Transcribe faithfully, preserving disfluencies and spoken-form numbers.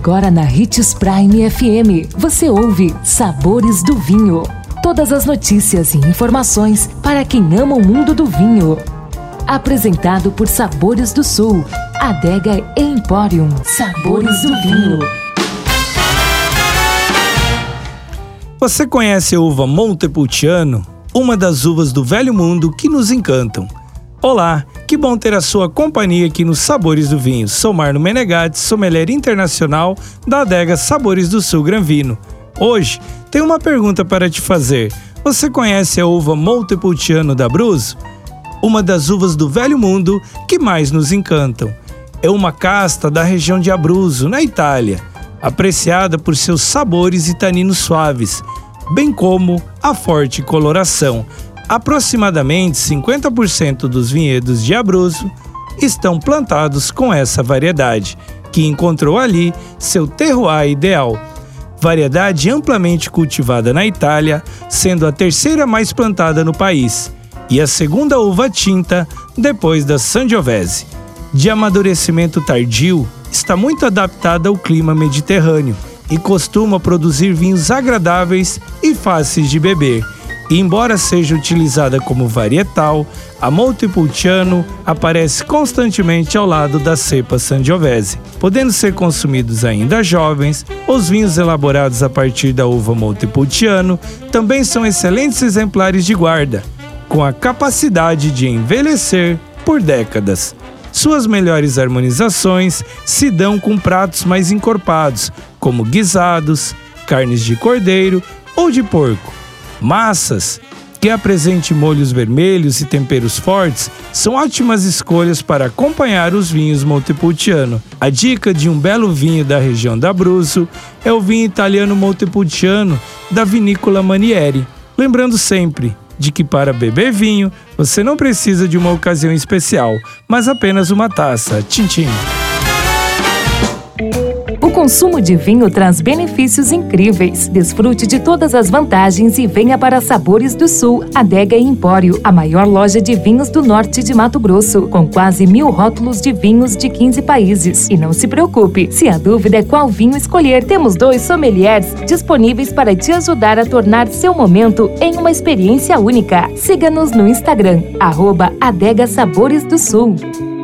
Agora na Hits Prime F M, você ouve Sabores do Vinho. Todas as notícias e informações para quem ama o mundo do vinho. Apresentado por Sabores do Sul, Adega Emporium. Sabores do Vinho. Você conhece a uva Montepulciano? Uma das uvas do velho mundo que nos encantam. Olá, que bom ter a sua companhia aqui nos Sabores do Vinho. Sou Marno Menegatti, sommelier internacional da Adega Sabores do Sul Granvino. Hoje, tenho uma pergunta para te fazer. Você conhece a uva Montepulciano d'Abruzzo? Uma das uvas do velho mundo que mais nos encantam. É uma casta da região de Abruzzo, na Itália, apreciada por seus sabores e taninos suaves, bem como a forte coloração. Aproximadamente cinquenta por cento dos vinhedos de Abruzzo estão plantados com essa variedade, que encontrou ali seu terroir ideal. Variedade amplamente cultivada na Itália, sendo a terceira mais plantada no país, e a segunda uva tinta depois da Sangiovese. De amadurecimento tardio, está muito adaptada ao clima mediterrâneo e costuma produzir vinhos agradáveis e fáceis de beber. E embora seja utilizada como varietal, a Montepulciano aparece constantemente ao lado da cepa Sangiovese. Podendo ser consumidos ainda jovens, os vinhos elaborados a partir da uva Montepulciano também são excelentes exemplares de guarda, com a capacidade de envelhecer por décadas. Suas melhores harmonizações se dão com pratos mais encorpados, como guisados, carnes de cordeiro ou de porco. Massas que apresentem molhos vermelhos e temperos fortes são ótimas escolhas para acompanhar os vinhos Montepulciano. A dica de um belo vinho da região da Abruzzo é o vinho italiano Montepulciano da vinícola Manieri. Lembrando sempre de que para beber vinho você não precisa de uma ocasião especial, mas apenas uma taça. Tchim, tchim. O consumo de vinho traz benefícios incríveis. Desfrute de todas as vantagens e venha para Sabores do Sul, Adega Empório, a maior loja de vinhos do norte de Mato Grosso, com quase mil rótulos de vinhos de quinze países. E não se preocupe, se a dúvida é qual vinho escolher, temos dois sommeliers disponíveis para te ajudar a tornar seu momento em uma experiência única. Siga-nos no Instagram, arroba Adega Sabores do Sul.